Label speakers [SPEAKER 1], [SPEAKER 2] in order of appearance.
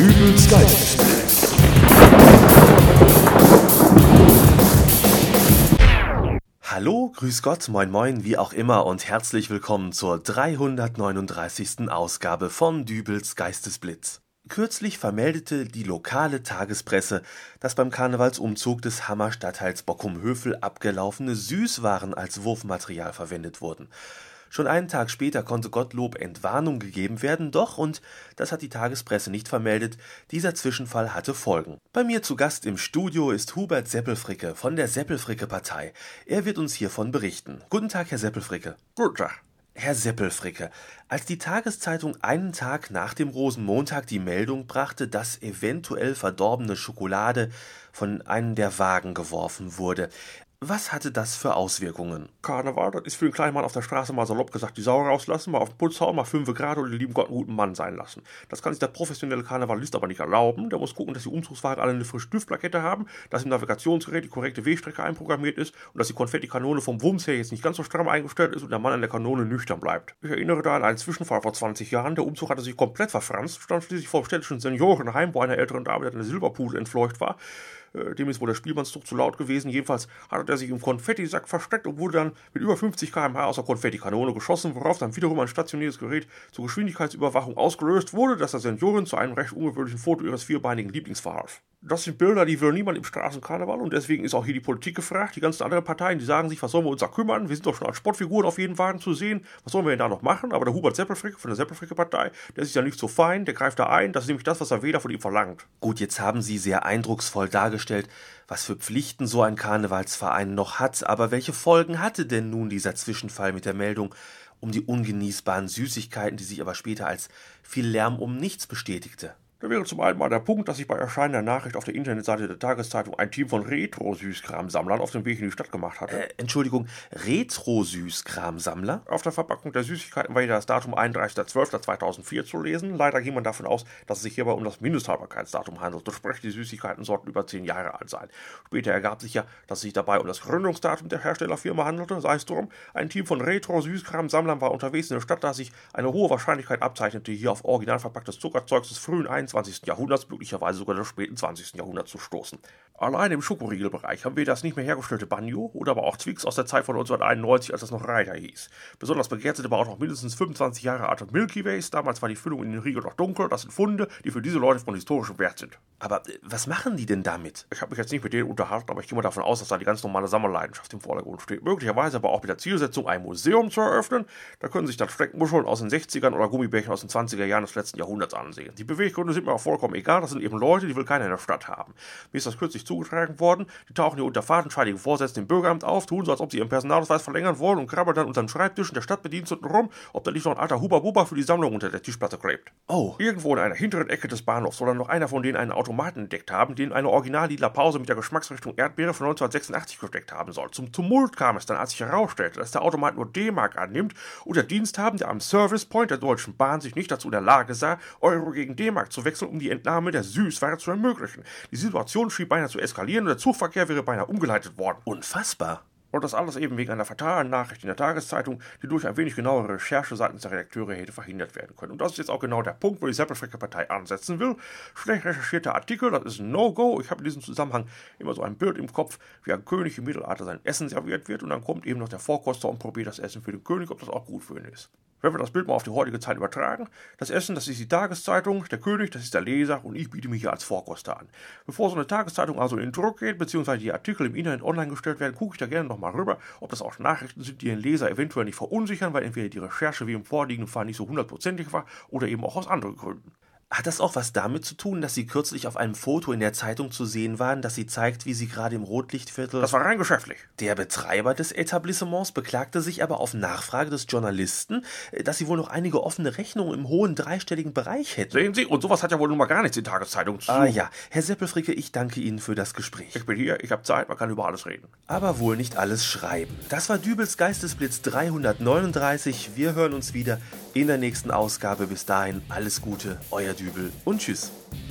[SPEAKER 1] Dübels Geistesblitz. Hallo, grüß Gott, moin moin, wie auch immer und herzlich willkommen zur 339. Ausgabe von Dübels Geistesblitz. Kürzlich vermeldete die lokale Tagespresse, dass beim Karnevalsumzug des Hammer Stadtteils Bockum-Hövel abgelaufene Süßwaren als Wurfmaterial verwendet wurden. Schon einen Tag später konnte Gottlob Entwarnung gegeben werden, doch, und das hat die Tagespresse nicht vermeldet, dieser Zwischenfall hatte Folgen. Bei mir zu Gast im Studio ist Hubert Seppelfricke von der Seppelfricke-Partei. Er wird uns hiervon berichten. Guten Tag, Herr Seppelfricke.
[SPEAKER 2] Guten Tag.
[SPEAKER 1] Herr Seppelfricke, als die Tageszeitung einen Tag nach dem Rosenmontag die Meldung brachte, dass eventuell verdorbene Schokolade von einem der Wagen geworfen wurde, was hatte das für Auswirkungen?
[SPEAKER 2] Karneval, das ist für den kleinen Mann auf der Straße mal salopp gesagt, die Sau rauslassen, mal auf den Putz hauen, mal 5 Grad oder den lieben Gott einen guten Mann sein lassen. Das kann sich der professionelle Karnevalist aber nicht erlauben. Der muss gucken, dass die Umzugswagen alle eine frische Stiftplakette haben, dass im Navigationsgerät die korrekte Wegstrecke einprogrammiert ist und dass die Konfettikanone vom Wumms her jetzt nicht ganz so stramm eingestellt ist und der Mann an der Kanone nüchtern bleibt. Ich erinnere da an einen Zwischenfall vor 20 Jahren. Der Umzug hatte sich komplett verfranst, stand schließlich vor dem städtischen Seniorenheim, wo einer älteren Dame, der eine Silberpudel entfleucht war. Dem ist wohl der Spielmannszug zu laut gewesen. Jedenfalls hatte er sich im Konfettisack versteckt und wurde dann mit über 50 km/h aus der Konfettikanone geschossen, worauf dann wiederum ein stationäres Gerät zur Geschwindigkeitsüberwachung ausgelöst wurde, das der Seniorin zu einem recht ungewöhnlichen Foto ihres vierbeinigen Lieblings verhalf. Das sind Bilder, die will niemand im Straßenkarneval und deswegen ist auch hier die Politik gefragt. Die ganzen anderen Parteien, die sagen sich, was sollen wir uns da kümmern? Wir sind doch schon als Sportfiguren auf jeden Wagen zu sehen. Was sollen wir denn da noch machen? Aber der Hubert Seppelfricke von der Seppelfricke-Partei, der ist ja nicht so fein, der greift da ein. Das ist nämlich das, was der Wähler von ihm verlangt.
[SPEAKER 1] Gut, jetzt haben Sie sehr eindrucksvoll dargestellt, was für Pflichten so ein Karnevalsverein noch hat, aber welche Folgen hatte denn nun dieser Zwischenfall mit der Meldung um die ungenießbaren Süßigkeiten, die sich aber später als viel Lärm um nichts bestätigte?
[SPEAKER 2] Da wäre zum einen mal der Punkt, dass sich bei Erscheinen der Nachricht auf der Internetseite der Tageszeitung ein Team von Retro-Süßkramsammlern auf den Weg in die Stadt gemacht hatte.
[SPEAKER 1] Entschuldigung, Retro-Süßkramsammler?
[SPEAKER 2] Auf der Verpackung der Süßigkeiten war ja das Datum 31.12.2004 zu lesen. Leider ging man davon aus, dass es sich hierbei um das Mindesthaltbarkeitsdatum handelt. Sprich, die Süßigkeiten sollten über 10 Jahre alt sein. Später ergab sich ja, dass es sich dabei um das Gründungsdatum der Herstellerfirma handelte. Sei es drum, ein Team von Retro-Süßkramsammlern war unterwegs in der Stadt, da sich eine hohe Wahrscheinlichkeit abzeichnete, hier auf original verpacktes Zuckerzeugs des frühen 21. Jahrhunderts, möglicherweise sogar des späten 20. Jahrhunderts zu stoßen. Allein im Schokoriegelbereich haben wir das nicht mehr hergestellte Banjo oder aber auch Twix aus der Zeit von 1991, als das noch Reiter hieß. Besonders begehrt sind aber auch noch mindestens 25 Jahre alte Milky Ways. Damals war die Füllung in den Riegel noch dunkel. Das sind Funde, die für diese Leute von historischem Wert sind.
[SPEAKER 1] Aber was machen die denn damit?
[SPEAKER 2] Ich habe mich jetzt nicht mit denen unterhalten, aber ich gehe mal davon aus, dass da die ganz normale Sammelleidenschaft im Vordergrund steht. Möglicherweise aber auch mit der Zielsetzung, ein Museum zu eröffnen. Da können sich dann Steckmuscheln aus den 60ern oder Gummibärchen aus den 20er Jahren des letzten Jahrhunderts ansehen. Die Beweggründe sind mir auch vollkommen egal. Das sind eben Leute, die will keiner in der Stadt haben. Mir ist das kürzlich zugetragen worden. Die tauchen hier unter fadenscheinigen Vorsätzen im Bürgeramt auf, tun so, als ob sie ihren Personalausweis verlängern wollen und krabbeln dann unter den Schreibtischen der Stadtbediensteten rum, ob da nicht noch ein alter Huba-Buba für die Sammlung unter der Tischplatte klebt.
[SPEAKER 1] Oh.
[SPEAKER 2] Irgendwo in einer hinteren Ecke des Bahnhofs soll dann noch einer von denen einen Automaten entdeckt haben, den eine original-lila Pause mit der Geschmacksrichtung Erdbeere von 1986 gesteckt haben soll. Zum Tumult kam es dann, als sich herausstellte, dass der Automat nur D-Mark annimmt und der Diensthabende am Service Point der Deutschen Bahn sich nicht dazu in der Lage sah, Euro gegen D-Mark zu wechseln, um die Entnahme der Süßware zu ermöglichen. Die Situation schien beinahe zu eskalieren und der Zugverkehr wäre beinahe umgeleitet worden.
[SPEAKER 1] Unfassbar.
[SPEAKER 2] Und das alles eben wegen einer fatalen Nachricht in der Tageszeitung, die durch ein wenig genauere Recherche seitens der Redakteure hätte verhindert werden können. Und das ist jetzt auch genau der Punkt, wo die Seppelfricke-Partei ansetzen will. Schlecht recherchierter Artikel, das ist ein No-Go. Ich habe in diesem Zusammenhang immer so ein Bild im Kopf, wie ein König im Mittelalter sein Essen serviert wird und dann kommt eben noch der Vorkoster und probiert das Essen für den König, ob das auch gut für ihn ist. Wenn wir das Bild mal auf die heutige Zeit übertragen, das Essen, das ist die Tageszeitung, der König, das ist der Leser und ich biete mich hier als Vorkoster an. Bevor so eine Tageszeitung also in Druck geht, beziehungsweise die Artikel im Internet online gestellt werden, gucke ich da gerne nochmal rüber, ob das auch Nachrichten sind, die den Leser eventuell nicht verunsichern, weil entweder die Recherche wie im vorliegenden Fall nicht so 100%ig war oder eben auch aus anderen Gründen.
[SPEAKER 1] Hat das auch was damit zu tun, dass Sie kürzlich auf einem Foto in der Zeitung zu sehen waren, das Sie zeigt, wie Sie gerade im Rotlichtviertel...
[SPEAKER 2] Das war rein geschäftlich.
[SPEAKER 1] Der Betreiber des Etablissements beklagte sich aber auf Nachfrage des Journalisten, dass Sie wohl noch einige offene Rechnungen im hohen dreistelligen Bereich hätten.
[SPEAKER 2] Sehen Sie, und sowas hat ja wohl nun mal gar nichts in Tageszeitungen zu tun.
[SPEAKER 1] Ah ja, Herr Seppelfricke, ich danke Ihnen für das Gespräch.
[SPEAKER 2] Ich bin hier, ich habe Zeit, man kann über alles reden.
[SPEAKER 1] Aber wohl nicht alles schreiben. Das war Dübels Geistesblitz 339. Wir hören uns wieder in der nächsten Ausgabe. Bis dahin, alles Gute, euer Dübel und tschüss.